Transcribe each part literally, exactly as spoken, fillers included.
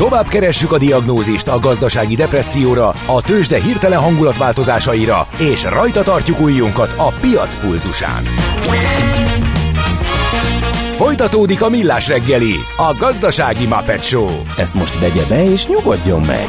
Tovább keressük a diagnózist a gazdasági depresszióra, a tőzsde hirtelen hangulatváltozásaira, és rajta tartjuk ujjunkat a piac pulzusán. Folytatódik a Millás reggeli, a gazdasági Muppet Show. Ezt most vegye be és nyugodjon meg!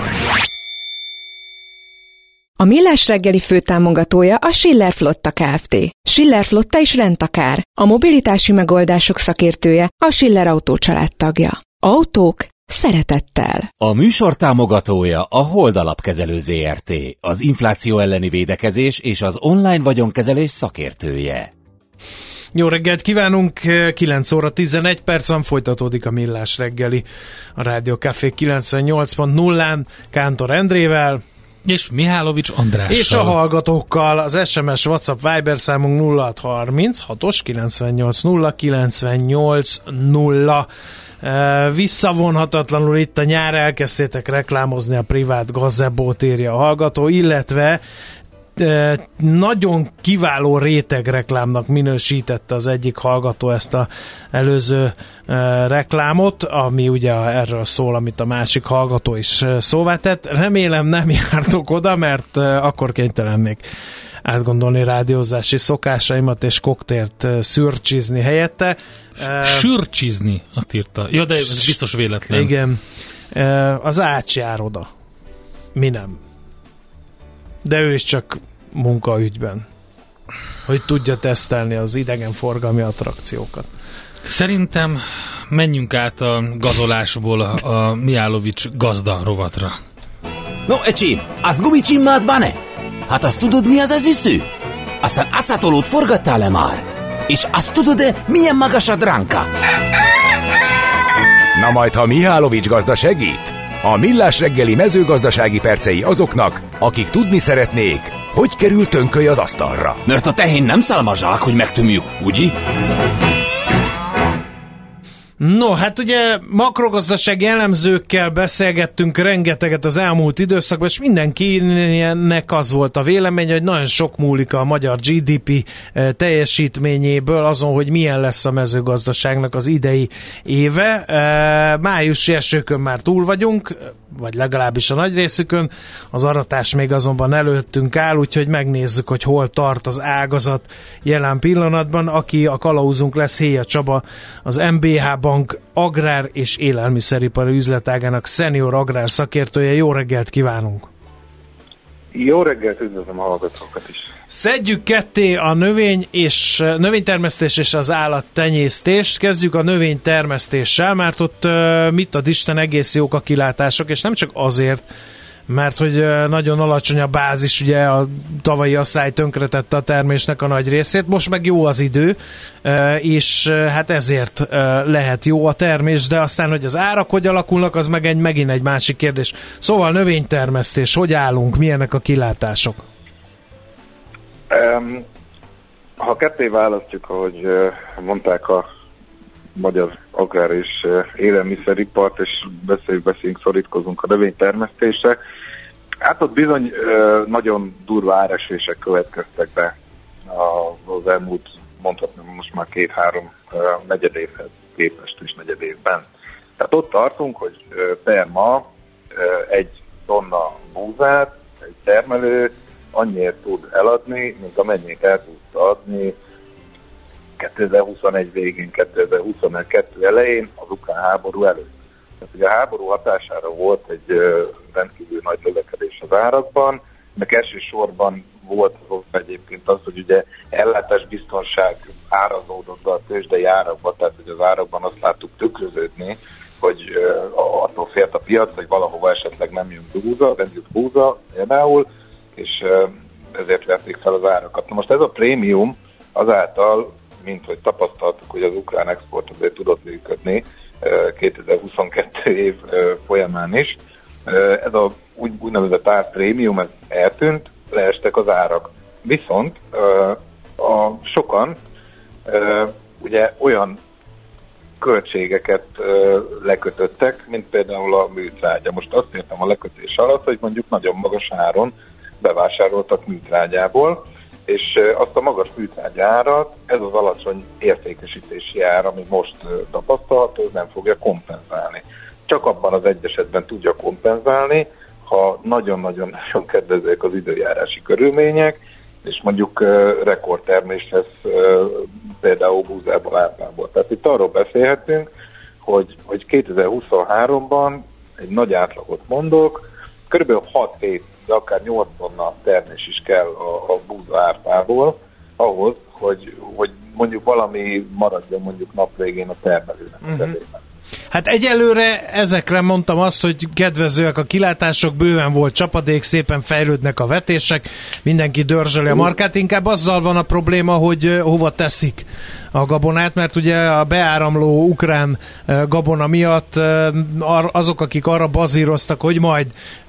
A Millás reggeli főtámogatója a Schiller Flotta Kft. Schiller Flotta is rendtakár. A mobilitási megoldások szakértője, a Schiller Autó család tagja. Autók szeretettel. A műsor támogatója a Hold Alapkezelő zé er té, az infláció elleni védekezés és az online vagyonkezelés szakértője. Jó reggelt kívánunk, kilenc óra tizenegy percen folytatódik a Millás reggeli a Rádió Café kilencvennyolc pont nullán Kántor Endrével és Mihálovics Andrással. És a hallgatókkal. Az es em es, WhatsApp, Viber számunk nulla hat harminc hatos kilencvennyolc nulla kilencvennyolc nulla. Visszavonhatatlanul itt a nyár elkezdtétek reklámozni a privát gazebót, írja a hallgató, illetve nagyon kiváló rétegreklámnak minősítette az egyik hallgató ezt az előző reklámot, ami ugye erről szól, amit a másik hallgató is szóvá tett. Remélem nem jártok oda, mert akkor kénytelennék átgondolni rádiózási szokásaimat, és koktélt szürcsizni helyette. Sürcsizni, azt írta. Ja, de ez biztos véletlen. Igen. Az Ács jár oda. Mi nem. De ő is csak munkaügyben, hogy tudja tesztelni az idegenforgalmi attrakciókat. Szerintem menjünk át a gazolásból a, a Mihálovics gazda rovatra. No, ecsi, azt gumicsimmád van-e? Hát azt tudod, mi az az üsző? Aztán acatolót forgattál-e már? És azt tudod-e, milyen magas a dránka? Na majd, ha Mihálovics gazda segít? A Millás reggeli mezőgazdasági percei azoknak, akik tudni szeretnék, hogy kerül tönköly az asztalra. Mert a tehén nem szálmazsák, hogy megtömjük, ugye? No, hát ugye makrogazdasági elemzőkkel beszélgettünk rengeteget az elmúlt időszakban, és mindenkinek az volt a vélemény, hogy nagyon sok múlik a magyar gé dé pé teljesítményéből, azon, hogy milyen lesz a mezőgazdaságnak az idei éve. Májusi esőkön már túl vagyunk, vagy legalábbis a nagy részükön, az aratás még azonban előttünk áll, úgyhogy megnézzük, hogy hol tart az ágazat jelen pillanatban. Aki a kalauzunk lesz, Héja Csaba, az em bé há Bank agrár és élelmiszeripari üzletágának szenior agrár szakértője. Jó reggelt kívánunk! Jó reggelt, üdvözlöm a hallgatókat is! Szedjük ketté a növény és növénytermesztés és az állattenyésztést. Kezdjük a növénytermesztéssel, mert ott mit ad Isten, egész jók a kilátások, és nem csak azért, mert hogy nagyon alacsony a bázis, ugye a tavalyi asszály tönkretette a termésnek a nagy részét, most meg jó az idő, és hát ezért lehet jó a termés, de aztán, hogy az árak hogy alakulnak, az meg egy, megint egy másik kérdés. Szóval növénytermesztés, hogy állunk, milyenek a kilátások? Um, ha ketté választjuk, ahogy mondták a magyar agrár és élelmiszeripart, és beszéljük, beszéljünk, szorítkozunk a növénytermesztésre. Hát ott bizony nagyon durva áresések következtek be az elmúlt, mondhatnám most már két-három negyedévhez képest és negyedévben. Tehát ott tartunk, hogy per ma egy tonna búzát egy termelő annyiért tud eladni, mint amennyit el tudta adni kétezer-huszonegy végén, kétezer-huszonkettő elején, az ukrán háború előtt. Tehát ugye a háború hatására volt egy rendkívül nagy növekedés az árakban, meg elsősorban volt az egyébként az, hogy ugye ellátásbiztonság árazódott be a tőzsdei árakba, tehát hogy az árakban azt láttuk tükröződni, hogy attól félt a piac, hogy valahova esetleg nem jön búza, nem jut búza például, és ezért vették fel az árakat. Na most ez a prémium azáltal, mint hogy tapasztaltuk, hogy az ukrán export azért tudott működni kétezer-huszonkettő év folyamán is. Ez a úgy, úgynevezett árprémium, ez eltűnt, leestek az árak. Viszont a sokan ugye olyan költségeket lekötöttek, mint például a műtrágya. Most azt értem a lekötés alatt, hogy mondjuk nagyon magas áron bevásároltak műtrágyából, és azt a magas műtrágya árat, ez az alacsony értékesítési ár, ami most tapasztalható, nem fogja kompenzálni. csak abban az egy esetben tudja kompenzálni, ha nagyon-nagyon kedvezőek az időjárási körülmények, és mondjuk uh, rekordtermés lesz uh, például búzából, árpából. Tehát itt arról beszélhetünk, hogy, hogy kétezer-huszonháromban egy nagy átlagot mondok, körülbelül hat hét, de akár nyolc tonna termés is kell a, a búza árpából, ahhoz, hogy, hogy mondjuk valami maradjon mondjuk nap végén a termelőnek a uh-huh. Hát egyelőre ezekre mondtam azt, hogy kedvezőek a kilátások, bőven volt csapadék, szépen fejlődnek a vetések, mindenki dörzsöli a markát, inkább azzal van a probléma, hogy hova teszik a gabonát, mert ugye a beáramló ukrán gabona miatt azok, akik arra bazíroztak, hogy majd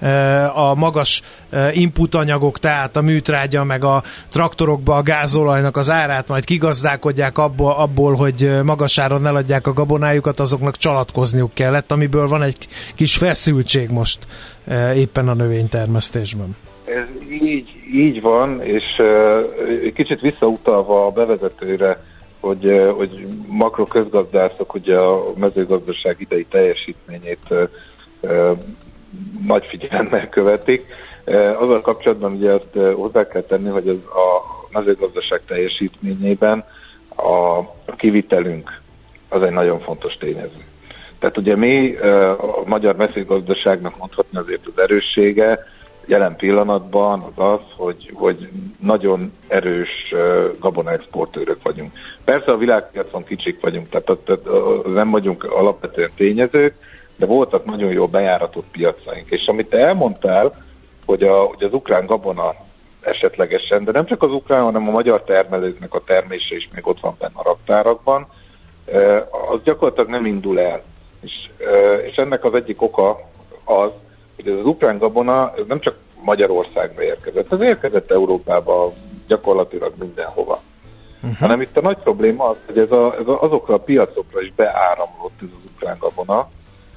a magas inputanyagok, tehát a műtrágya, meg a traktorokba a gázolajnak az árát majd kigazdálkodják abból, abból, hogy magas áron eladják a gabonájukat, azoknak csalatkozniuk kellett, amiből van egy kis feszültség most éppen a növénytermesztésben. Ez így, így van, és uh, kicsit visszautalva a bevezetőre, hogy, hogy makroközgazdászok ugye a mezőgazdaság idei teljesítményét uh, uh, nagy figyelemmel követik. Uh, azzal kapcsolatban ugye azt uh, hozzá kell tenni, hogy az a mezőgazdaság teljesítményében a kivitelünk az egy nagyon fontos tényező. Tehát ugye mi uh, a magyar mezőgazdaságnak mondhatni azért az erőssége jelen pillanatban az az, hogy, hogy nagyon erős uh, gabonaexportőrök vagyunk. Persze a világpiacon kicsik vagyunk, tehát ott, ott nem vagyunk alapvetően tényezők, de voltak nagyon jól bejáratott piacaink. És amit te elmondtál, hogy, a, hogy az ukrán gabona esetlegesen, de nem csak az ukrán, hanem a magyar termelőknek a termése is még ott van benne a raktárakban, uh, az gyakorlatilag nem indul el. És, uh, és ennek az egyik oka az, hogy ez az ukrán gabona ez nem csak Magyarországra érkezett, ez érkezett Európába gyakorlatilag mindenhova. Uh-huh. Hanem itt a nagy probléma az, hogy ez, a, ez a, azokra a piacokra is beáramlott ez az ukrán gabona,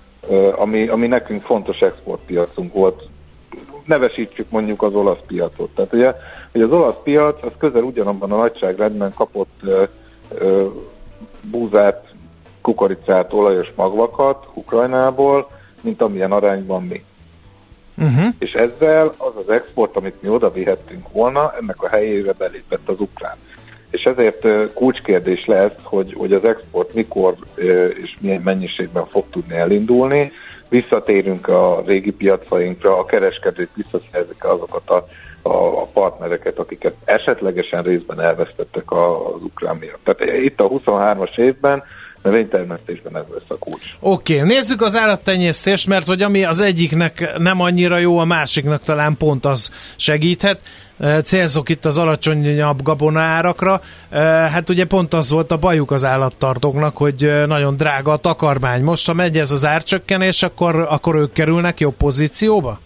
ami, ami nekünk fontos exportpiacunk volt. Nevesítsük mondjuk az olasz piacot. Tehát ugye, hogy az olasz piac az közel ugyanabban a nagyságrendben kapott uh, uh, búzát, kukoricát, olajos magvakat Ukrajnából, mint amilyen arányban mi. Uh-huh. És ezzel az az export, amit mi oda vihettünk volna, ennek a helyére belépett az ukrán. És ezért uh, kulcskérdés lesz, hogy, hogy az export mikor uh, és milyen mennyiségben fog tudni elindulni. Visszatérünk a régi piacainkra, a kereskedők visszaszerzik azokat a, a, a partnereket, akiket esetlegesen részben elvesztettek az ukrán miatt. Tehát itt a huszonhármas évben növénytermesztésben ez lesz a kulcs. Oké, okay, nézzük az állattenyésztést, mert hogy ami az egyiknek nem annyira jó, a másiknak talán pont az segíthet. Célzok itt az alacsonyabb gabonaárakra. Hát ugye pont az volt a bajuk az állattartóknak, hogy nagyon drága a takarmány. Most, ha megy ez az árcsökkenés, akkor, akkor ők kerülnek jobb pozícióba?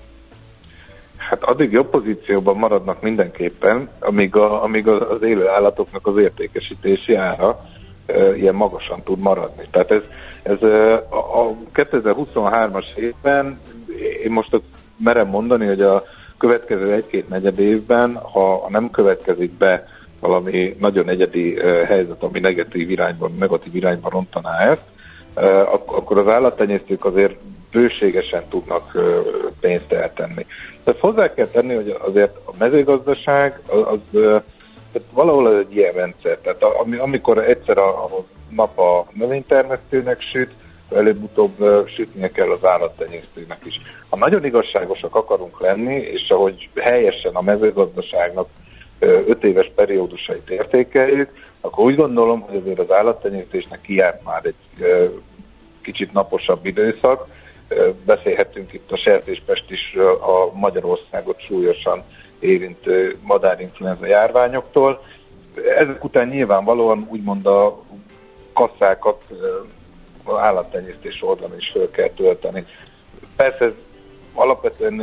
Hát addig jobb pozícióban maradnak mindenképpen, amíg, a, amíg az élő állatoknak az értékesítési ára e, ilyen magasan tud maradni. Tehát ez, ez a, a kétezer-huszonhármas évben, én most merem mondani, hogy a következő egy-két negyed évben, ha nem következik be valami nagyon egyedi e, helyzet, ami negatív irányban, negatív irányban rontaná ezt, e, ak- akkor az állattenyésztők azért bőségesen tudnak e, pénzt eltenni. Tehát hozzá kell tenni, hogy azért a mezőgazdaság az, az tehát valahol az egy ilyen rendszer. Tehát ami, amikor egyszer a, a nap a növénytermesztőnek süt, előbb-utóbb sütnie kell az állattenyésztőnek is. Ha nagyon igazságosak akarunk lenni, és ahogy helyesen a mezőgazdaságnak öt éves periódusait értékeljük, akkor úgy gondolom, hogy azért az állattenyésztésnek kijárt már egy kicsit naposabb időszak. Beszélhetünk itt a sertéspest is a Magyarországot súlyosan érintő madárinfluenza járványoktól. Ezek után nyilvánvalóan úgymond a kasszákat az állattenyésztés oldalon is föl kell tölteni. Persze ez alapvetően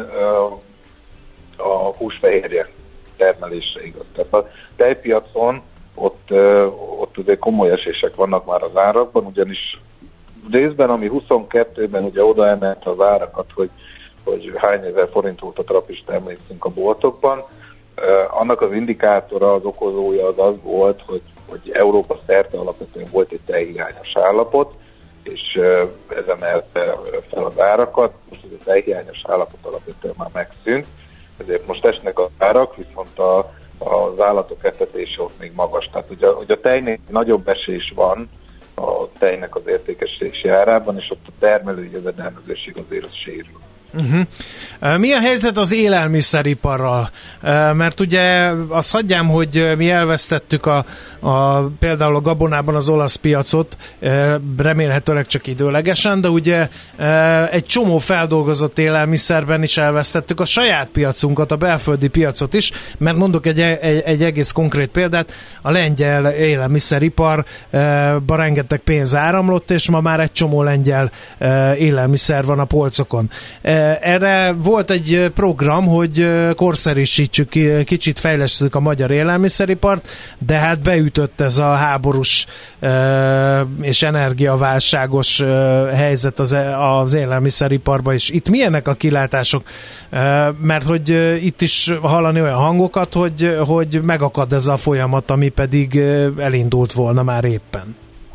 a húsfehérje termelésre igaz. Tehát a tejpiacon ott, ott azért komoly esések vannak már az árakban, ugyanis részben, ami huszonkettőben ugye odaemelte az árakat, hogy, hogy hány ezer forint volt a trapist emlékszünk a boltokban, eh, annak az indikátora, az okozója az az volt, hogy, hogy Európa szerte alapvetően volt egy tejhiányos állapot, és ez emelte fel az árakat. Most ez az elhiányos állapot alapvetően már megszűnt, ezért most esnek az árak, viszont a, az állatok etetése ott még magas. Tehát ugye, ugye a tejnél nagyobb esés van a tejnek az értékesítési árában, és ott a termelői jövedelmezőség azért az sérül. Uh-huh. Mi a helyzet az élelmiszeriparral? Mert ugye azt hagyjám, hogy mi elvesztettük a, a, például a gabonában az olasz piacot, remélhetőleg csak időlegesen, de ugye egy csomó feldolgozott élelmiszerben is elvesztettük a saját piacunkat, a belföldi piacot is, mert mondok egy, egy, egy egész konkrét példát, a lengyel élelmiszeriparba rengeteg pénz áramlott, és ma már egy csomó lengyel élelmiszer van a polcokon. Erre volt egy program, hogy korszerűsítsük, kicsit fejlesztjük a magyar élelmiszeripart, de hát beütött ez a háborús és energiaválságos helyzet az, az élelmiszeriparban is. Itt milyenek a kilátások? Mert hogy itt is hallani olyan hangokat, hogy, hogy megakad ez a folyamat, ami pedig elindult volna már éppen.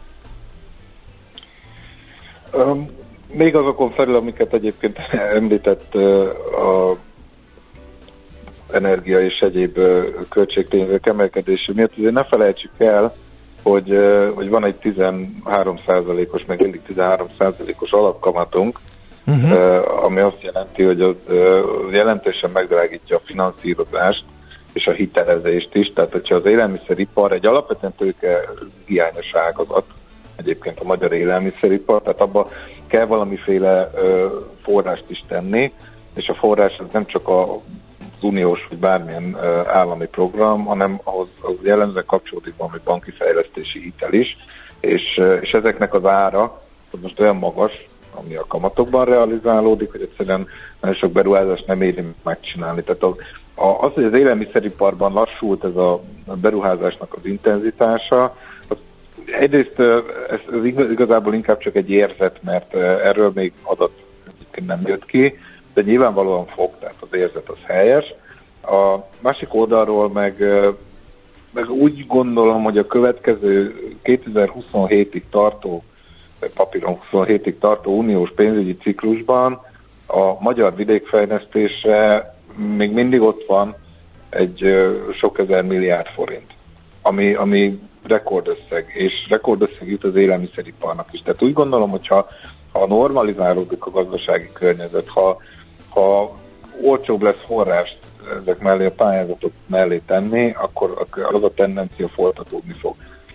Um. Még azokon felül, amiket egyébként említett a energia és egyéb költségtényezők emelkedése miatt, azért ne felejtsük el, hogy, hogy van egy tizenhárom százalékos, meg mindig tizenhárom százalékos alapkamatunk, uh-huh. ami azt jelenti, hogy az jelentősen megdrágítja a finanszírozást és a hitelezést is. Tehát, hogyha az élelmiszeripar egy alapvetően tőke hiányos ágazat, egyébként a magyar élelmiszeripar, tehát abba kell valamiféle ö, forrást is tenni, és a forrás az nem csak a, az uniós vagy bármilyen ö, állami program, hanem ahhoz az jellemzően kapcsolódik valami banki fejlesztési hitel is, és, ö, és ezeknek az ára az most olyan magas, ami a kamatokban realizálódik, hogy egyszerűen nagyon sok beruházást nem éri megcsinálni. Tehát az, az, hogy az élelmiszeriparban lassult ez a beruházásnak az intenzitása, egyrészt ez, ez igazából inkább csak egy érzet, mert erről még adat nem jött ki, de nyilvánvalóan fog, tehát az érzet az helyes. A másik oldalról meg, meg úgy gondolom, hogy a következő kétezer-huszonhétig tartó, papíron huszonhétig tartó uniós pénzügyi ciklusban a magyar vidékfejlesztésre még mindig ott van egy sok ezer milliárd forint, ami, ami rekordösszeg, és rekordösszeg jut az élelmiszeriparnak is. Tehát úgy gondolom, hogyha ha normalizálódik a gazdasági környezet, ha, ha olcsóbb lesz forrást ezek mellé a pályázatok mellé tenni, akkor az a tendencia folytatódni fog.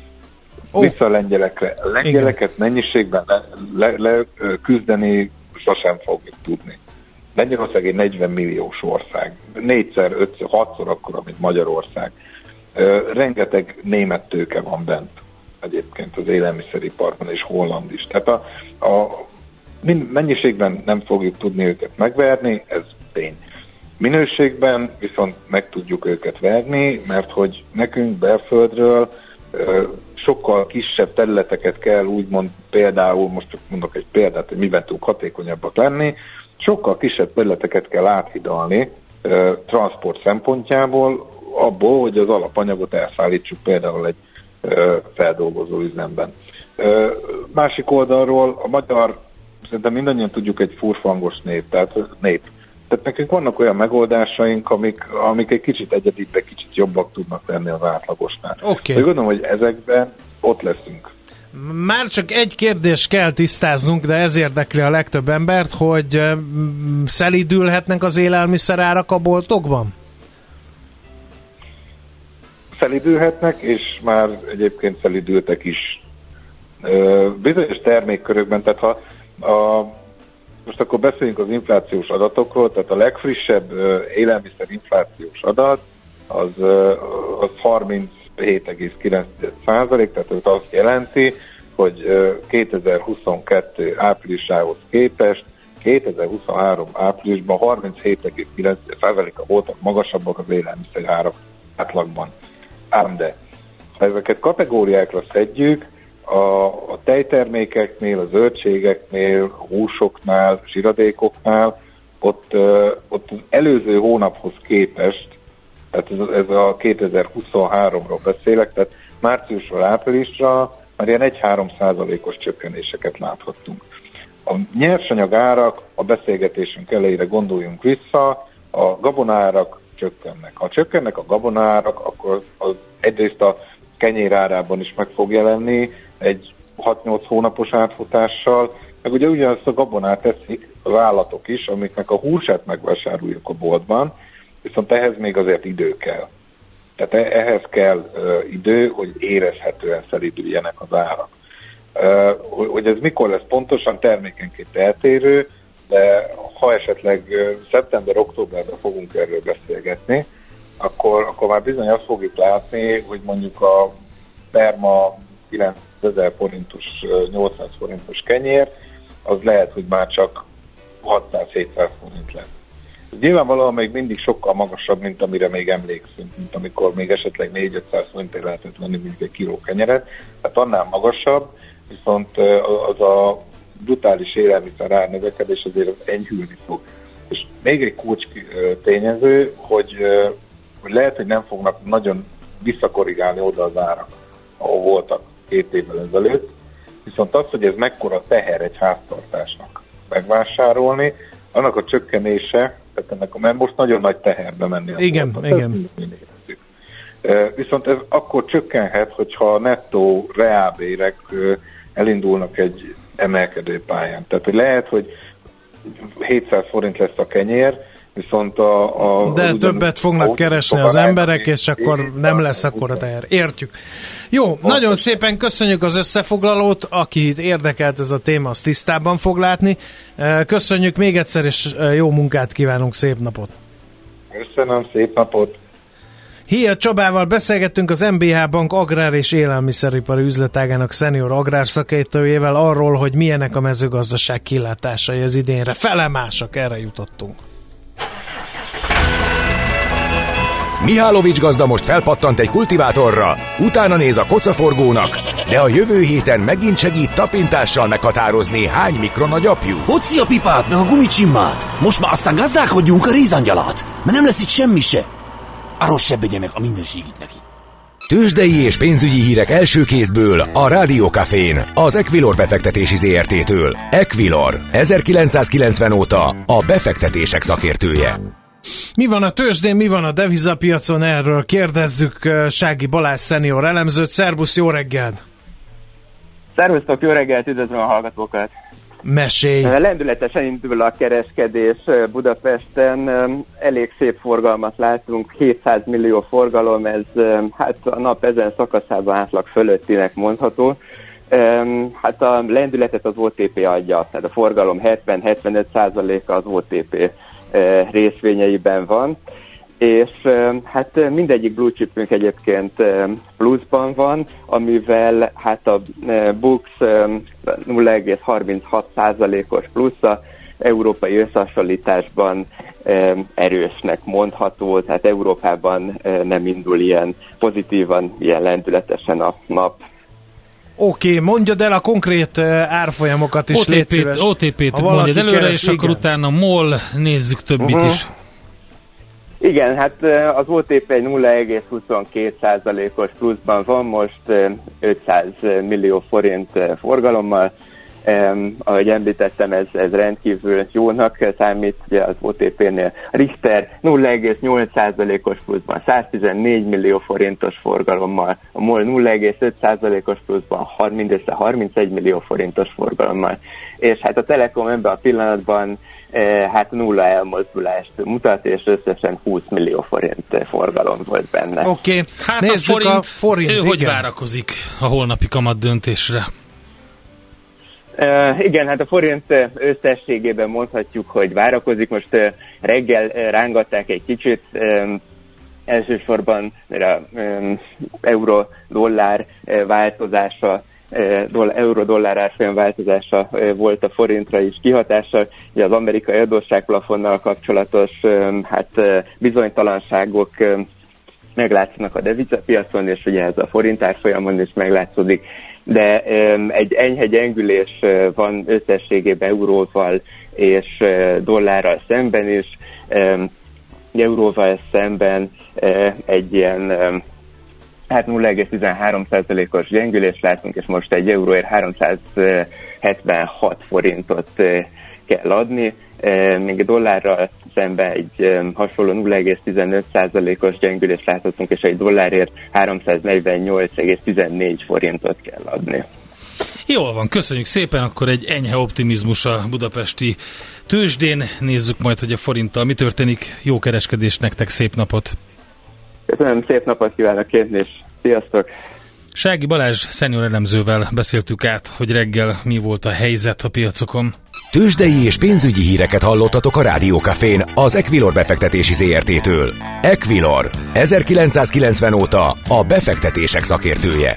Oh. Vissza a lengyelekre. A lengyeleket igen. Mennyiségben le, le, le küzdeni sosem fogjuk tudni. Lengyelország egy negyven milliós ország. Négyszer, ötször, hatszor akkora, mint Magyarország. Uh, rengeteg német tőke van bent egyébként az élelmiszeriparban, és holland is. Tehát a, a mennyiségben nem fogjuk tudni őket megverni, ez tény. Minőségben viszont meg tudjuk őket verni, mert hogy nekünk belföldről uh, sokkal kisebb területeket kell úgymond, például, most csak mondok egy példát, hogy miben tudunk hatékonyabbak lenni, sokkal kisebb területeket kell áthidalni uh, transport szempontjából, abból, hogy az alapanyagot elszállítsuk például egy ö, feldolgozó üzemben. Ö, másik oldalról a magyar, szerintem mindannyian tudjuk, egy furfangos nép, tehát nép. Tehát nekünk vannak olyan megoldásaink, amik, amik egy kicsit egyedibbek, kicsit jobbak tudnak lenni az átlagosnál. Okay. De gondolom, hogy ezekben ott leszünk. Már csak egy kérdést kell tisztáznunk, de ez érdekli a legtöbb embert, hogy szelídülhetnek az élelmiszerárak a boltokban? Szelidülhetnek, és már egyébként szelidültek is. Bizonyos termékkörökben, tehát ha a, most akkor beszéljünk az inflációs adatokról, tehát a legfrissebb élelmiszer-inflációs adat az, az harminchét egész kilenc százalék, tehát ez azt jelenti, hogy kétezer-huszonkettő áprilisához képest kétezer-huszonhárom áprilisban harminchét egész kilenc százaléka voltak magasabbak az élelmiszer árak átlagban. Ám de, ha ezeket kategóriákra szedjük, a, a tejtermékeknél, a zöldségeknél, a húsoknál, zsiradékoknál, ott, ott az előző hónaphoz képest, tehát ez, ez a kétezer-huszonháromról beszélek, tehát márciusról áprilisra már ilyen egy-három százalékos csökkenéseket láthattunk. A nyersanyag árak, a beszélgetésünk elejére gondoljunk vissza, a gabonárak csökkennek. Ha csökkennek a gabonárak, akkor az egyrészt a kenyér árában is meg fog jelenni egy hat-nyolc hónapos átfutással, meg ugye ugyanazt a gabonát teszik az állatok is, amiknek a húsát megvásároljuk a boltban, viszont ehhez még azért idő kell. Tehát ehhez kell uh, idő, hogy érezhetően felidüljenek az árak. Uh, hogy ez mikor lesz pontosan, termékenként eltérő, de ha esetleg uh, szeptember-októberben fogunk erről beszélgetni, akkor, akkor már bizony azt fogjuk látni, hogy mondjuk a Berma kilencezer forintos, nyolcszáz forintos kenyér, az lehet, hogy már csak hatszáz-hétszáz forint lesz. Nyilvánvalóan még mindig sokkal magasabb, mint amire még emlékszünk, mint amikor még esetleg négy-ötszáz forintért lehetett venni mondjuk egy kiló kenyeret, tehát annál magasabb, viszont az a brutális élelmiszer árnövekedés azért enyhülni fog. És még egy kulcs tényező, hogy, hogy lehet, hogy nem fognak nagyon visszakorrigálni oda az árak, ahol voltak két évvel ezelőtt, viszont az, hogy ez mekkora teher egy háztartásnak megvásárolni, annak a csökkenése, tehát ennek, mert most nagyon nagy teherbe menni. Igen, voltat, igen. Viszont ez akkor csökkenhet, hogyha a nettó reálbérek elindulnak egy emelkedő pályán. Tehát, hogy lehet, hogy hétszáz forint lesz a kenyér, viszont a... a De ugyan, többet fognak a, keresni az emberek, és akkor nem lesz akkora teher. Értjük. Jó, Pontos. Nagyon szépen köszönjük az összefoglalót, akit érdekelt ez a téma, az tisztában fog látni. Köszönjük még egyszer, és jó munkát kívánunk, szép napot! Köszönöm, szép napot! Hia Csabával beszélgettünk, az em bé há Bank agrár és élelmiszeripari üzletágának szenior agrárszakértőjével arról, hogy milyenek a mezőgazdaság kilátásai az idénre. Felemásak, erre jutottunk. Mihálovics gazda most felpattant egy kultivátorra, utána néz a kocaforgónak, de a jövő héten megint segít tapintással meghatározni, hány mikron a gyapjú. Hoci a pipát, meg a gumicsimmát! Most már aztán gazdálkodjunk a rézangyalát, mert nem lesz itt semmi se. Arról se begye meg a mindenségit neki. Tőzsdei és pénzügyi hírek első kézből a Rádió Cafén, az Equilor befektetési zé er té-től. Equilor, ezerkilencszázkilencven óta a befektetések szakértője. Mi van a tőzsdén, mi van a devizapiacon, erről kérdezzük Sági Balázs szenior elemzőt. Szerbusz, jó reggelt! Szervusztok, jó reggelt, üdvözlöm a hallgatókat! Mesélj! Lendületesen indul a kereskedés Budapesten, elég szép forgalmat látunk, hétszáz millió forgalom, ez hát a nap ezen szakaszában átlag fölöttinek mondható. Hát a lendületet az o té pé adja, tehát a forgalom hetven-hetvenöt százaléka az o té pé részvényeiben van, és hát mindegyik blue chipünk egyébként pluszban van, amivel hát a Bux nulla egész harminchat százalékos plusz, a európai összehasonlításban erősnek mondható, tehát Európában nem indul ilyen pozitívan, ilyen lendületesen a nap. Oké, okay, mondjad el a konkrét árfolyamokat is, légy szíves. o té pét mondjad előre, keres, és igen. Akkor utána MOL, nézzük többit uh-huh. is. Igen, hát az o té pé nulla egész huszonkettő százalékos pluszban van, most ötszáz millió forint forgalommal. Um, ahogy említettem, ez, ez rendkívül jónak számít, ugye az o té pénél. Richter nulla egész nyolc százalékos pluszban, száztizennégy millió forintos forgalommal, a MOL nulla egész öt százalékos pluszban, mindössze harmincegy millió forintos forgalommal. És hát a Telekom ebben a pillanatban eh, hát nulla elmozdulást mutat, és összesen húsz millió forint forgalom volt benne. Oké, okay. Hát nézzük a forint, a forint ő igen. Hogy várakozik a holnapi kamat döntésre? Uh, igen, hát a forint összességében mondhatjuk, hogy várakozik. Most uh, reggel uh, rángatták egy kicsit, um, elsősorban a um, euró-dollár uh, változása, uh, euró-dollár árfolyam változása uh, volt a forintra is kihatása. Ugye az amerikai adósságplafonnal kapcsolatos um, hát uh, bizonytalanságok um, meglátszanak a devizapiacon, és ugye ez a forint árfolyamon is meglátszódik, de um, egy enyhe gyengülés uh, van összességében euróval és uh, dollárral szemben is. Um, euróval szemben uh, egy ilyen um, hát nulla egész tizenhárom százalékos gyengülést látunk, és most egy euróért háromszázhetvenhat forintot kell adni, még a dollárral szemben egy hasonló nulla egész tizenöt százalékos gyengülést láthatunk, és egy dollárért háromszáznegyvennyolc egész tizennégy forintot kell adni. Jól van, köszönjük szépen, akkor egy enyhe optimizmus a budapesti tőzsdén. Nézzük majd, hogy a forinttal mi történik. Jó kereskedést nektek, szép napot! Köszönöm, szép napot kívánok én is. Sziasztok! Sági Balázs szenior elemzővel beszéltük át, hogy reggel mi volt a helyzet a piacokon. Tőzsdei és pénzügyi híreket hallottatok a Rádió Cafén az Equilor befektetési zé er té-től. Equilor, ezerkilencszázkilencven óta a befektetések szakértője.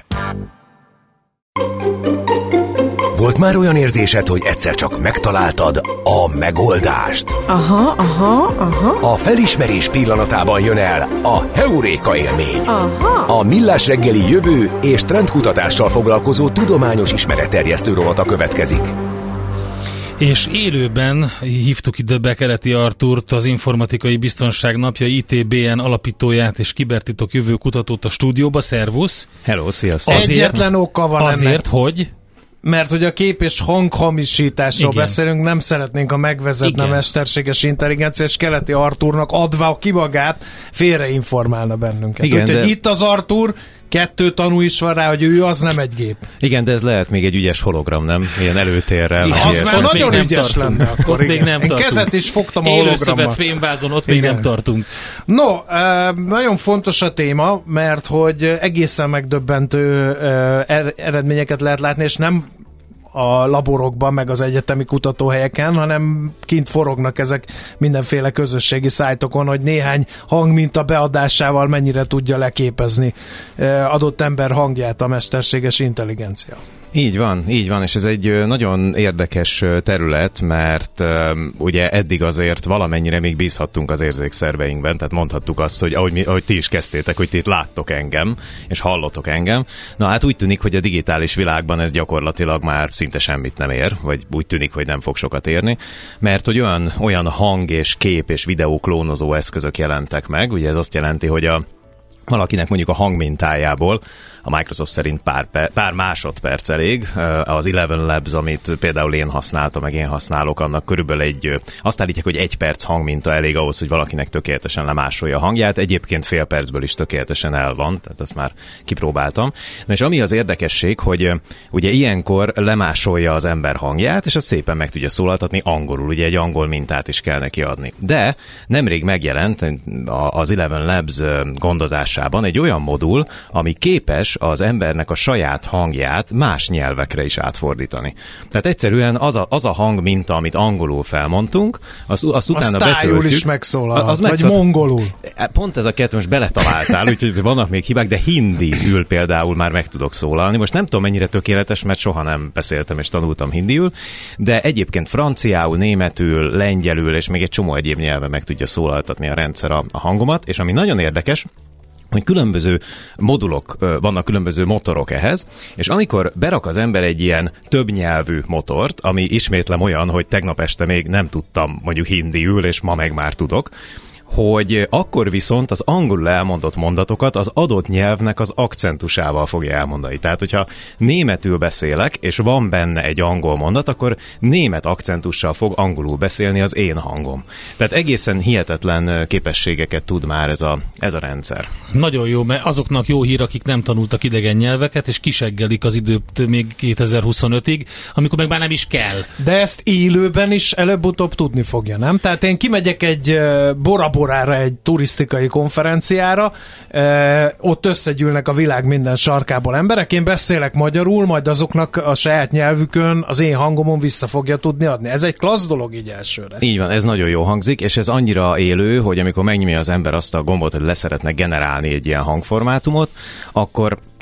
Volt már olyan érzésed, hogy egyszer csak megtaláltad a megoldást? Aha, aha, aha. A felismerés pillanatában jön el a heuréka élmény. Aha. A Millás reggeli jövő és trendkutatással foglalkozó tudományos ismeretterjesztő rovata következik. És élőben hívtuk ide Bekereti Artúrt, az Informatikai Biztonság Napja i té bé en alapítóját és kibertitok jövő kutatót a stúdióba. Szervusz! Hello, sziasztok! Azért, Egyetlen oka van azért, ennek. hogy... Mert hogy a kép és hanghamisításról Igen. beszélünk, nem szeretnénk a megvezetne Igen. mesterséges intelligencia, és Keleti Artúrnak adva ki magát félreinformálna bennünket. Igen, Úgyhogy de... itt az Artúr, kettő tanú is van rá, hogy ő az nem egy gép. Igen, de ez lehet még egy ügyes hologram, nem? Ilyen előtérrel. Igen, Az ilyes. már Ott nagyon még nem ügyes tartunk. lenne akkor. Ott még igen. nem Én tartunk. kezet is fogtam a Élőszövet hologrammal. fémvázon, ott még Igen. nem tartunk. No, nagyon fontos a téma, mert hogy egészen megdöbbentő eredményeket lehet látni, és nem a laborokban, meg az egyetemi kutatóhelyeken, hanem kint forognak ezek mindenféle közösségi szájtokon, hogy néhány hangminta beadásával mennyire tudja leképezni adott ember hangját a mesterséges intelligencia. Így van, így van, és ez egy nagyon érdekes terület, mert um, ugye eddig azért valamennyire még bízhattunk az érzékszerveinkben, tehát mondhattuk azt, hogy ahogy, mi, ahogy ti is kezdtétek, hogy ti itt láttok engem, és hallotok engem. Na hát úgy tűnik, hogy a digitális világban ez gyakorlatilag már szinte semmit nem ér, vagy úgy tűnik, hogy nem fog sokat érni, mert hogy olyan, olyan hang és kép és videó klónozó eszközök jelentek meg, ugye ez azt jelenti, hogy a valakinek mondjuk a hangmintájából a Microsoft szerint pár, pár másodperc elég. Az Eleven Labs, amit például én használtam, meg én használok, annak körülbelül egy, azt állítják, hogy egy perc hangminta elég ahhoz, hogy valakinek tökéletesen lemásolja a hangját. Egyébként fél percből is tökéletesen el van, tehát azt már kipróbáltam. Na és ami az érdekesség, hogy ugye ilyenkor lemásolja az ember hangját, és azt szépen meg tudja szólaltatni angolul, ugye egy angol mintát is kell neki adni. De nemrég megjelent az Eleven Labs gondozásában egy olyan modul, ami képes az embernek a saját hangját más nyelvekre is átfordítani. Tehát egyszerűen az a, az a hang minta, amit angolul felmondtunk, azt, azt utána tájul betöltjük. is megszólalhat, az vagy megszólal... mongolul. Pont ez a kettő, most beletaláltál, úgyhogy vannak még hibák, de hindiül például már meg tudok szólalni. Most nem tudom, mennyire tökéletes, mert soha nem beszéltem és tanultam hindiül, de egyébként franciául, németül, lengyelül és még egy csomó egyéb nyelven meg tudja szólaltatni a rendszer a, a hangomat, és ami nagyon érdekes, hogy különböző modulok, vannak különböző motorok ehhez, és amikor berak az ember egy ilyen többnyelvű motort, ami ismétlem olyan, hogy tegnap este még nem tudtam mondjuk hindiül, és ma meg már tudok, hogy akkor viszont az angolul elmondott mondatokat az adott nyelvnek az akcentusával fogja elmondani. Tehát, hogyha németül beszélek, és van benne egy angol mondat, akkor német akcentussal fog angolul beszélni az én hangom. Tehát egészen hihetetlen képességeket tud már ez a, ez a rendszer. Nagyon jó, mert azoknak jó hír, akik nem tanultak idegen nyelveket, és kiseggelik az időt még kétezer-huszonötig, amikor meg már nem is kell. De ezt élőben is előbb-utóbb tudni fogja, nem? Tehát én kimegyek egy Bora Borára, egy turisztikai konferenciára, e, ott összegyűlnek a világ minden sarkából emberek, én beszélek magyarul, majd azoknak a saját nyelvükön az én hangomon vissza fogja tudni adni. Ez egy klassz dolog így elsőre. Így van, ez nagyon jó hangzik, és ez annyira élő, hogy amikor megnyomja az ember azt a gombot, hogy leszeretne generálni egy ilyen hangformátumot, akkor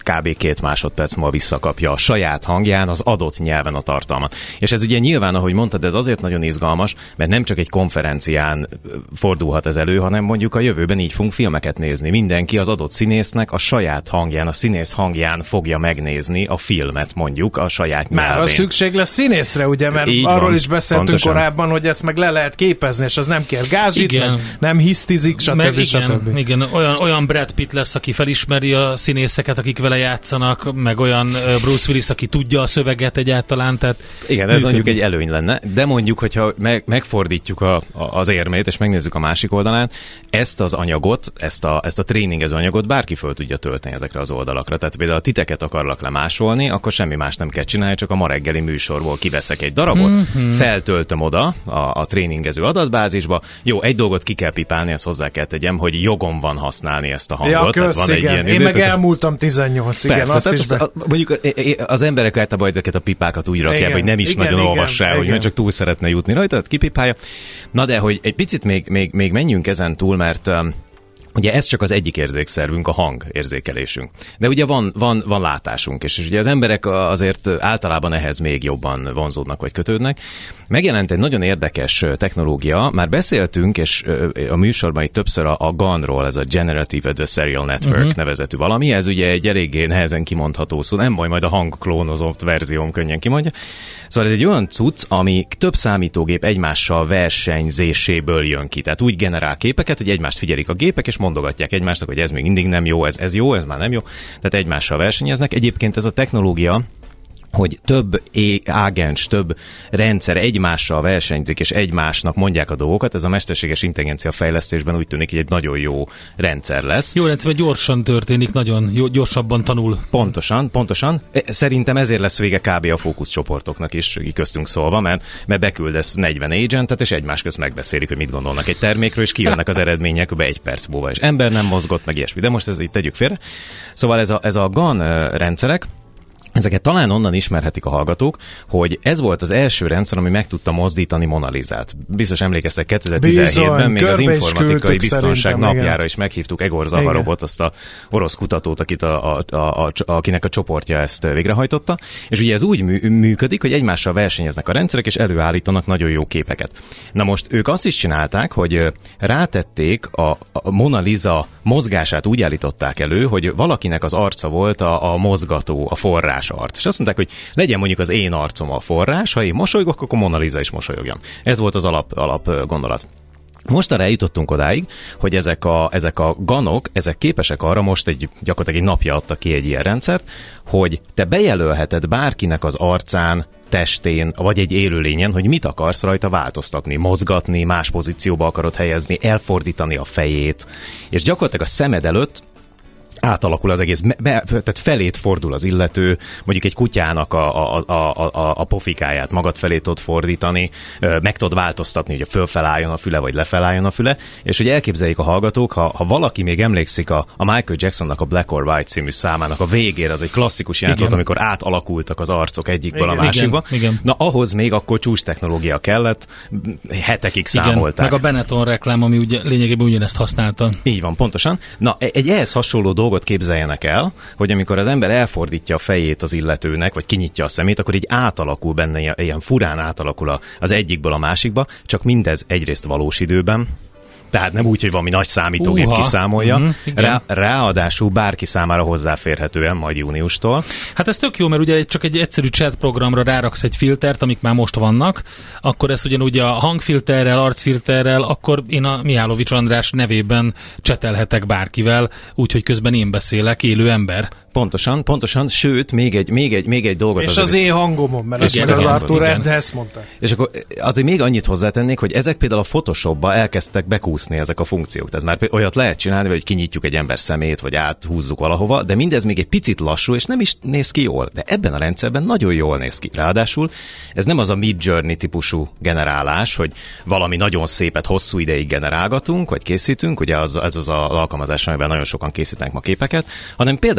kb. Két másodperc múlva visszakapja a saját hangján az adott nyelven a tartalmat. És ez ugye nyilván, ahogy mondtad, ez azért nagyon izgalmas, mert nem csak egy konferencián fordulhat ez elő, hanem mondjuk a jövőben így fogunk filmeket nézni. Mindenki az adott színésznek a saját hangján, a színész hangján fogja megnézni a filmet, mondjuk a saját nyelvén. Már a szükség lesz színészre, ugye, mert így arról van, is beszéltünk pontosan. Korábban, hogy ezt meg le lehet képezni, és az nem kér gázsit, nem hisztizik, stb. Meg igen, stb. igen, olyan, olyan Brad Pitt lesz, aki felismeri a színészeket, akik vele játszanak, meg olyan Bruce Willis, aki tudja a szöveget egyáltalán. Tehát igen, ez mondjuk egy előny lenne, de mondjuk, hogyha meg, megfordítjuk a, a, az érmét, és megnézzük a másik oldalán, ezt az anyagot, ezt a, ezt a tréningező anyagot bárki föl tudja tölteni ezekre az oldalakra. Tehát például a titeket akarlak lemásolni, akkor semmi más nem kell csinálni, csak a ma reggeli műsorból kiveszek egy darabot, mm-hmm. feltöltöm oda a, a tréningező adatbázisba. Jó, egy dolgot ki kell pipálni, ezt hozzá kell tegyem, hogy jogom van használni ezt a hangot. Ja, kösz, van egy ilyen, én izé, meg elmúltam tizennyolc, igen, persze, azt is be... az, mondjuk az emberek általában ezeket a pipákat úgy rakják, igen, hogy nem is igen, nagyon olvassál, hogy csak túl szeretne jutni rajta, tehát kipipálja. Na de, hogy egy picit még, még, még menjünk ezen túl, mert um, ugye ez csak az egyik érzékszervünk, a hang érzékelésünk. De ugye van, van, van látásunk, és ugye az emberek azért általában ehhez még jobban vonzódnak vagy kötődnek. Megjelent egy nagyon érdekes technológia, már beszéltünk, és a műsorban itt többször a, a GAN-ról, ez a Generative Adversarial Network uh-huh. nevezetű valami, ez ugye egy eléggé nehezen kimondható szó, nem baj, majd a hangklónozott verzióm könnyen kimondja. Szóval ez egy olyan cucc, ami több számítógép egymással versenyzéséből jön ki. Tehát úgy generál képeket, hogy egymást figyelik a gépek, és mondogatják egymásnak, hogy ez még mindig nem jó, ez, ez jó, ez már nem jó. Tehát egymással versenyeznek. Egyébként ez a technológia, hogy több ágens, több rendszer egymással versenyzik, és egymásnak mondják a dolgokat, ez a mesterséges intelligencia fejlesztésben úgy tűnik, hogy egy nagyon jó rendszer lesz. Jó rendszer, gyorsan történik, nagyon jó, gyorsabban tanul. Pontosan, pontosan. Szerintem ezért lesz vége kb. A fókuszcsoportoknak is, köztünk szólva, mert, mert beküldesz negyven agentet, és egymás közt megbeszélik, hogy mit gondolnak egy termékről, és kijönnek az eredmények be egy perc múlva, és ember nem mozgott, meg ilyesmi. De most ezt így tegyük félre. Szóval ez a, ez a GAN rendszerek, ezeket talán onnan ismerhetik a hallgatók, hogy ez volt az első rendszer, ami meg tudta mozdítani Mona Lisát. Biztos emlékeztek, kétezer-tizenhétben még az informatikai biztonság napjára igen. is meghívtuk Egor Zaharovot, azt a orosz kutatót, akit a, a, a, a, akinek a csoportja ezt végrehajtotta. És ugye ez úgy mű, működik, hogy egymással versenyeznek a rendszerek, és előállítanak nagyon jó képeket. Na most ők azt is csinálták, hogy rátették a, a Mona Lisa mozgását, úgy állították elő, hogy valakinek az arca volt a, a mozgató, a forrás arc. És azt mondták, hogy legyen mondjuk az én arcom a forrás, ha én mosolygok, akkor Mona Lisa is mosolyogjon. Ez volt az alap, alap gondolat. Mostanra eljutottunk odáig, hogy ezek a, ezek a ganok, ezek képesek arra, most egy, gyakorlatilag egy napja adta ki egy ilyen rendszert, hogy te bejelölheted bárkinek az arcán, testén, vagy egy élőlényen, hogy mit akarsz rajta változtatni, mozgatni, más pozícióba akarod helyezni, elfordítani a fejét, és gyakorlatilag a szemed előtt átalakul az egész, be, tehát felét fordul az illető, mondjuk egy kutyának a, a, a, a, a pofikáját magad felé tudod fordítani, meg tudod változtatni, hogy fölfelálljon a füle, vagy lefelálljon a füle, és hogy elképzeljék a hallgatók, ha, ha valaki még emlékszik a, a Michael Jacksonnak a Black or White című számának a végére, az egy klasszikus jelenet, amikor átalakultak az arcok egyikből igen, a másikba. Igen, igen. Na ahhoz még akkor csúcs technológia kellett, hetekig igen, számolták. Meg a Benetton reklám, ami ugye lényegében ugyanezt használta. Így van, pontosan. Na, egy ehhez hasonló dolgot képzeljenek el, hogy amikor az ember elfordítja a fejét az illetőnek, vagy kinyitja a szemét, akkor így átalakul benne, ilyen furán átalakul az egyikből a másikba, csak mindez egyrészt valós időben, tehát nem úgy, hogy valami nagy számítógép uh-ha. kiszámolja, uh-huh, Rá, ráadásul bárki számára hozzáférhetően majd júniustól. Hát ez tök jó, mert ugye csak egy egyszerű chat programra ráraksz egy filtert, amik már most vannak, akkor ezt ugyanúgy a hangfilterrel, arcfilterrel, akkor én a Mihálovics András nevében csetelhetek bárkivel, úgyhogy közben én beszélek, élő ember. Pontosan, pontosan, sőt, még egy, még egy, még egy dolgot. És az, az én hangomon, mert igen, ezt meg az Artur Ed, ezt mondta. És akkor azért még annyit hozzátennék, hogy ezek például a Photoshopba elkezdtek bekúszni ezek a funkciók. Tehát már olyat lehet csinálni, hogy kinyitjuk egy ember szemét, vagy áthúzzuk valahova, de mindez még egy picit lassú, és nem is néz ki jól. De ebben a rendszerben nagyon jól néz ki. Ráadásul ez nem az a Midjourney típusú generálás, hogy valami nagyon szépet hosszú ideig generálgatunk, vagy készítünk, ugye az, ez az az alkalmazás, amiben nagyon sokan készítenek ma képeket, hanem például meg lehet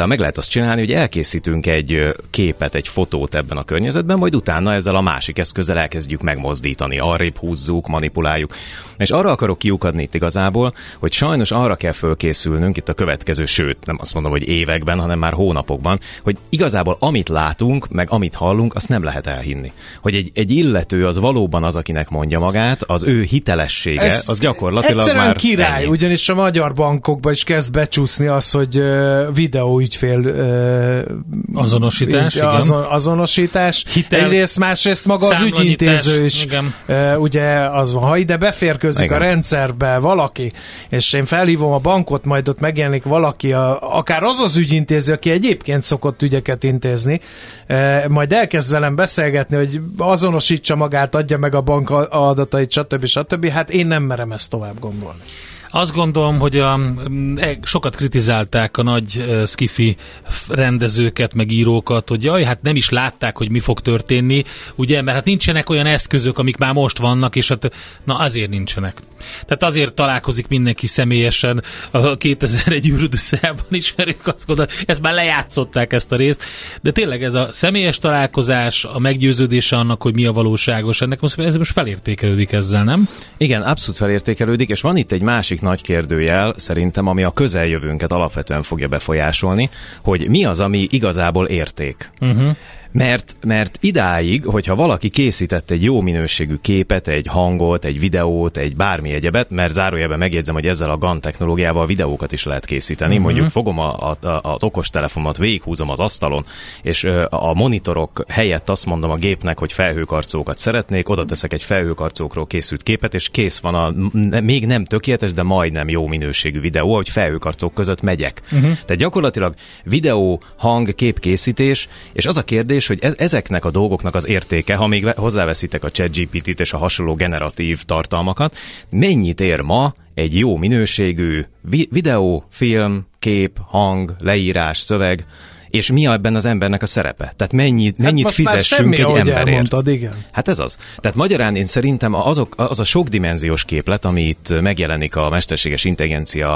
azt csinálni, hogy elkészítünk egy képet, egy fotót ebben a környezetben, majd utána ezzel a másik eszközzel elkezdjük megmozdítani, arrébb húzzuk, manipuláljuk. És arra akarok kiukadni itt igazából, hogy sajnos arra kell fölkészülnünk itt a következő, sőt, nem azt mondom, hogy években, hanem már hónapokban, hogy igazából amit látunk, meg amit hallunk, azt nem lehet elhinni. Hogy egy, egy illető az valóban az, akinek mondja magát, az ő hitelessége, ez az gyakorlatilag egyszerűen már király, ennyi. ugyanis a magyar bankokban is kezd becsúszni az, hogy uh, videóügyfél uh, azonosítás, igen. Azon, azonosítás. Hitel, egyrészt, másrészt maga az ügyintéző is. Uh, ugye az van, ha ide beférkőzik igen. a rendszerbe valaki, és én felhívom a bankot, majd ott megjelenik valaki, a, akár az az ügyintéző, aki egyébként szokott ügyeket intézni, uh, majd elkezd velem beszélgetni, hogy azonosítsa magát, adja meg a bank adatait, stb. stb. Hát én nem merem ezt tovább gondolni. Azt gondolom, hogy a, sokat kritizálták a nagy uh, skifi rendezőket, meg írókat, hogy jaj, hát nem is látták, hogy mi fog történni, ugye, mert hát nincsenek olyan eszközök, amik már most vannak, és hát na azért nincsenek. Tehát azért találkozik mindenki személyesen a kétezer-egy űrűdösszában ismerjük azt gondolom, ezt már lejátszották ezt a részt, de tényleg ez a személyes találkozás, a meggyőződése annak, hogy mi a valóságos, ennek most, ez most felértékelődik ezzel, nem? Igen, abszolút felértékelődik, és van itt egy másik nagy kérdőjel szerintem, ami a közeljövőnket alapvetően fogja befolyásolni, hogy mi az, ami igazából érték. Uh-huh. Mert, mert idáig, hogyha valaki készített egy jó minőségű képet, egy hangot, egy videót, egy bármi egyebet, mert zárójelben megjegyzem, hogy ezzel a GAN technológiával videókat is lehet készíteni. Uh-huh. Mondjuk fogom a, a, az okostelefonomat, végighúzom az asztalon, és a monitorok helyett azt mondom a gépnek, hogy felhőkarcolókat szeretnék, oda teszek egy felhőkarcolókról készült képet, és kész van a még nem tökéletes, de majdnem jó minőségű videó, hogy felhőkarcolók között megyek. Uh-huh. Tehát gyakorlatilag videó, hang, képkészítés, és az a kérdés, hogy ezeknek a dolgoknak az értéke, ha még hozzáveszitek a ChatGPT-t és a hasonló generatív tartalmakat, mennyit ér ma egy jó minőségű vi- videó, film, kép, hang, leírás, szöveg, és mi ebben az embernek a szerepe? Tehát mennyit, mennyit hát fizessünk egy emberért? Igen. Hát ez az. Tehát magyarán én szerintem azok, az a sokdimenziós képlet, ami itt megjelenik a mesterséges intelligencia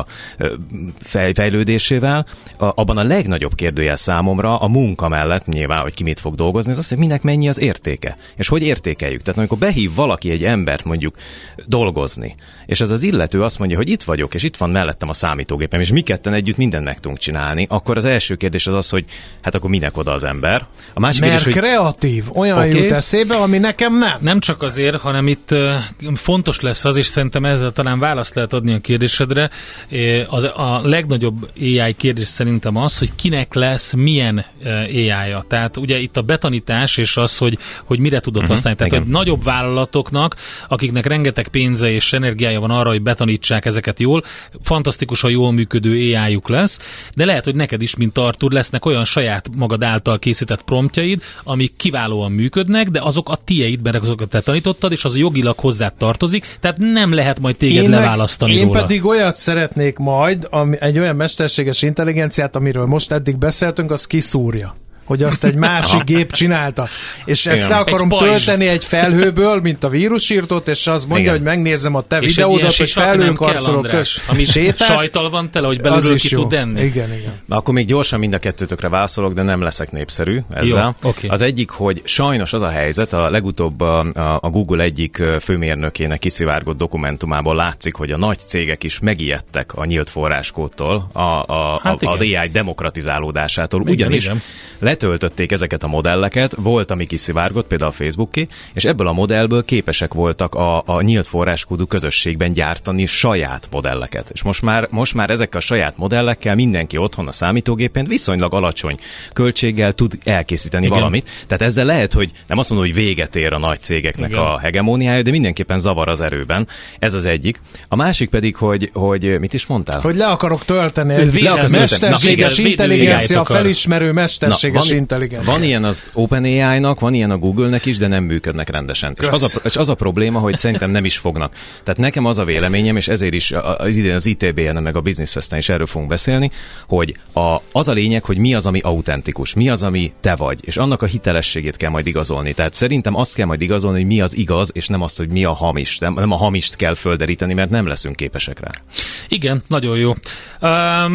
fej, fejlődésével, a, abban a legnagyobb kérdőjel számomra a munka mellett nyilván, hogy ki mit fog dolgozni, az az, hogy minek mennyi az értéke. És hogy értékeljük? Tehát amikor behív valaki egy embert mondjuk dolgozni, és az az illető azt mondja, hogy itt vagyok, és itt van mellettem a számítógépem, és mi ketten együtt mindent meg tudunk csinálni, akkor az első kérdés az az, hogy hát akkor minek oda az ember? A másik Mert kérdés, hogy... kreatív, olyan okay. jut eszébe, ami nekem nem. Nem csak azért, hanem itt uh, fontos lesz az, és szerintem ezzel talán választ lehet adni a kérdésedre. Az, a legnagyobb á i kérdés szerintem az, hogy kinek lesz milyen uh, á i-ja. Tehát ugye itt a betanítás és az, hogy, hogy mire tudod uh-huh, használni. Tehát igen. a nagyobb vállalatoknak, akiknek rengeteg pénze és energiája van arra, hogy betanítsák ezeket jól, fantasztikusan jól működő á i-juk lesz, de lehet, hogy neked is, mint Artur, lesznek olyan saját magad által készített promptjaid, amik kiválóan működnek, de azok a tiéd, mert azokat te tanítottad, és az jogilag hozzá tartozik, tehát nem lehet majd téged én leválasztani meg, róla. Én pedig olyat szeretnék majd, ami, egy olyan mesterséges intelligenciát, amiről most eddig beszéltünk, az kiszúrja. Hogy azt egy másik gép csinálta. És ezt igen. le akarom egy tölteni egy felhőből, mint a vírusírtót, és az mondja, igen. hogy megnézem a te és videódat, hogy felhőn karcolok köz. Ami sajtal van tele, hogy belülről ki tud enni. Igen, igen. Na, akkor még gyorsan mind a kettőtökre válaszolok, de nem leszek népszerű ezzel. Jó, okay. Az egyik, hogy sajnos az a helyzet, a legutóbb a, a Google egyik főmérnökének kiszivárgott dokumentumából látszik, hogy a nagy cégek is megijedtek a nyílt forráskódtól, a, a, hát a, az á i demokratizálódásától. Igen, ugyanis igen. letöltötték ezeket a modelleket, volt, ami kiszivárgott, például a Facebooké, és ebből a modellből képesek voltak a, a nyílt forráskódú közösségben gyártani saját modelleket. És most már, most már ezekkel a saját modellekkel mindenki otthon a számítógépén viszonylag alacsony költséggel tud elkészíteni igen. valamit. Tehát ezzel lehet, hogy nem azt mondom, hogy véget ér a nagy cégeknek igen. a hegemóniája, de mindenképpen zavar az erőben. Ez az egyik. A másik pedig, hogy, hogy mit is mondtál? Hogy le akarok tölteni egy mesterséges intelligencia felismerő mesterséges Na, van, intelligencia. Van ilyen az OpenAI-nak, van ilyen a Google-nek is, de nem működnek rendesen. És az, a, és az a probléma, hogy szerintem nem is fognak. Tehát nekem az a véleményem, és ezért is az idén az i té bé-en meg a Business Festen is erről fogunk beszélni, hogy a, az a lényeg, hogy mi az, ami autentikus, mi az, ami te vagy, és annak a hitelességét kell majd igazolni. Tehát szerintem azt kell majd igazolni, hogy mi az igaz, és nem azt, hogy mi a hamis. Nem, nem a hamist kell földeríteni, mert nem leszünk képesek rá. Igen, nagyon jó. Um,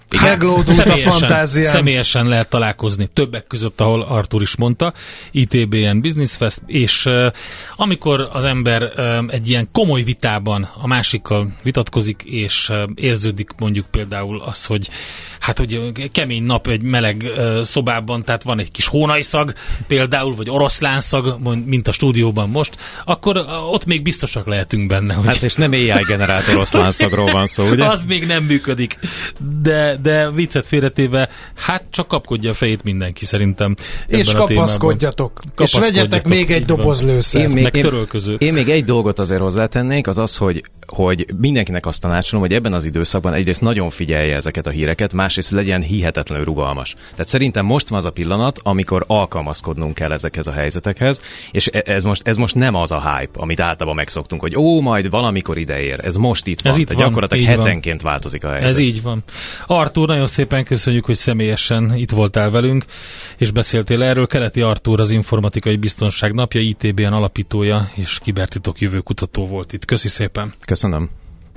Meglódult személyesen, a fantáziám. Személyesen lehet találkozni, többek között, ahol Artur is mondta, i té bé en Business Fest, és uh, amikor az ember uh, egy ilyen komoly vitában a másikkal vitatkozik, és uh, érződik mondjuk például az, hogy hát hogy kemény nap egy meleg uh, szobában, tehát van egy kis hónajszag például, vagy oroszlánszag, mint a stúdióban most, akkor uh, ott még biztosak lehetünk benne. Hogy hát és nem á i generált oroszlánszagról van szó, ugye? Az még nem működik. De, de viccet félretéve, hát csak kapkodja a fejét mindenki szerintem. És kapaszkodjatok. És vegyetek még egy doboz lőszert. Meg törölköző. Én, én még egy dolgot azért hozzátennék, az az, hogy, hogy mindenkinek azt tanácsolom, hogy ebben az időszakban egyrészt nagyon figyelje ezeket a híreket, másrészt legyen hihetetlenül rugalmas. Tehát szerintem most van az a pillanat, amikor alkalmazkodnunk kell ezekhez a helyzetekhez, és ez most, ez most nem az a hype, amit általában megszoktunk, hogy ó, majd valamikor ideér. Ez most itt van. Ez itt Tehát van, gyakorlatilag hetenként van. Változik a helyzet. Ez így van. Artúr, nagyon szépen köszönjük, hogy személyesen itt voltál velünk, és beszéltél erről. Keleti Artúr, az Informatikai Biztonság Napja, i té bé en alapítója és kibertitok jövőkutató volt itt. Köszi szépen. Köszönöm.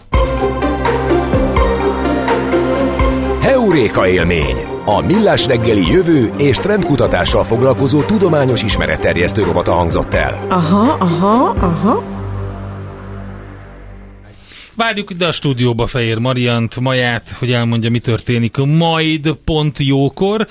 Heuréka élmény. A Millás reggeli jövő és trendkutatással foglalkozó tudományos ismeretterjesztő rovata hangzott el. Aha, aha, aha. Várjuk ide a stúdióba Fejér Mariant, Maját, hogy elmondja, mi történik majd pont jókor,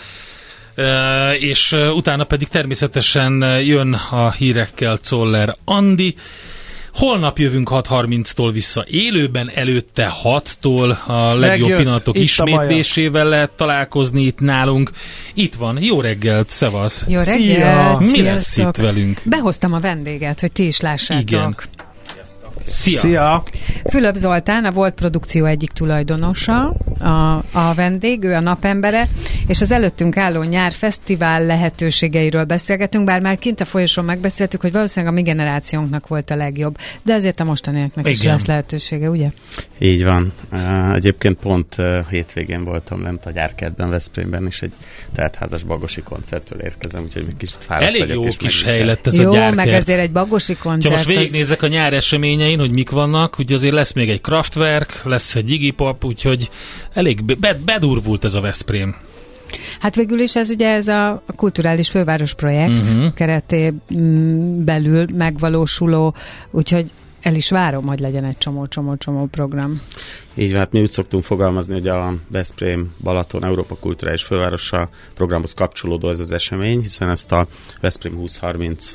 és utána pedig természetesen jön a hírekkel Czoller Andi. Holnap jövünk hat harminctól vissza élőben, előtte hattól a legjobb Megjött, pillanatok ismétlésével lehet találkozni itt nálunk. Itt van, jó reggelt, szevasz! Jó reggelt! Mi lesz itt velünk? Behoztam a vendéget, hogy ti is lássátok. Igen. Szia! Szia! Fülöp Zoltán, a Volt Produkció egyik tulajdonosa, a, a vendég, ő a napembere, és az előttünk álló nyár fesztivál lehetőségeiről beszélgetünk, bár már kint a folyosón megbeszéltük, hogy valószínűleg a mi generációnknak volt a legjobb, de azért a mostaniaknak is lesz lehetősége, ugye? Így van. Uh, egyébként pont uh, hétvégén voltam lent a Gyárkertben, Veszprémben, és egy teltházas bagosi koncertől érkezem, úgyhogy még kicsit fáradt Elég vagyok. jó kis hely lett ez jó, a Gyárkert. Jó, meg azért egy bagosi koncert. Ha most végignézek a nyár eseményein, hogy mik vannak, ugye azért lesz még egy Kraftwerk, lesz egy Iggy Pop, úgyhogy elég be- bedurvult ez a Veszprém. Hát végül is ez ugye ez a kulturális főváros projekt uh-huh. keretén belül megvalósuló, úgyhogy el is várom, hogy legyen egy csomó-csomó-csomó program. Így van, hát mi úgy szoktunk fogalmazni, hogy a Veszprém Balaton Európa Kulturális Fővárosa programhoz kapcsolódó ez az esemény, hiszen ezt a Veszprém húsz harminc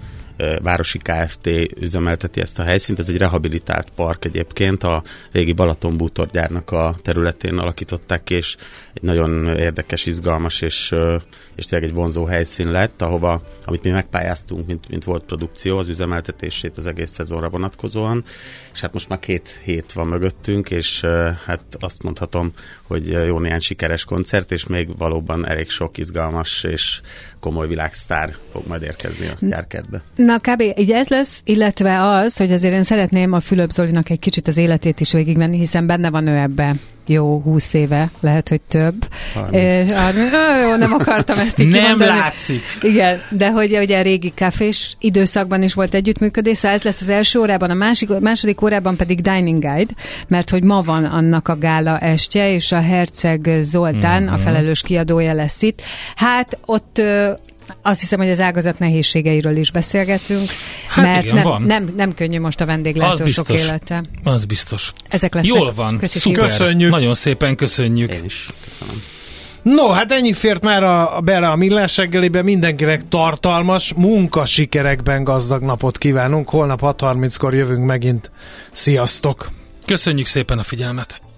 Városi Kft. Üzemelteti ezt a helyszínt. Ez egy rehabilitált park egyébként, a régi Balaton bútorgyárnak a területén alakították, és egy nagyon érdekes, izgalmas és, és tényleg egy vonzó helyszín lett, ahova, amit mi megpályáztunk, mint, mint volt produkció, az üzemeltetését az egész szezonra vonatkozóan, és hát most már két hét van mögöttünk, és hát azt mondhatom, hogy jó néhány sikeres koncert, és még valóban elég sok izgalmas és komoly világsztár fog majd érkezni a Gyárkertbe. Na kb. Így ez lesz, illetve az, hogy azért én szeretném a Fülöp Zolinak egy kicsit az életét is végigvenni, hiszen benne van ő ebbe jó húsz éve, lehet, hogy több. harminc. E, jó, nem akartam ezt így Nem kimondani. látszik. Igen, de hogy ugye a régi kafés időszakban is volt együttműködés, szóval ez lesz az első órában, a másik, második órában pedig Dining Guide, mert hogy ma van annak a gála estje, és a Herceg Zoltán, mm-hmm. a felelős kiadója lesz itt. Hát ott azt hiszem, hogy az ágazat nehézségeiről is beszélgetünk, hát mert igen, nem, van. Nem, nem könnyű most a vendéglátósok élete. Az biztos. Ezek lesznek. Jól van, szuper. Köszönjük. Nagyon szépen köszönjük. Én is köszönöm. No, hát ennyi fért már a, bele a Millás reggelibe, mindenkinek tartalmas, munkasikerekben gazdag napot kívánunk. Holnap hat harminckor jövünk megint. Sziasztok! Köszönjük szépen a figyelmet!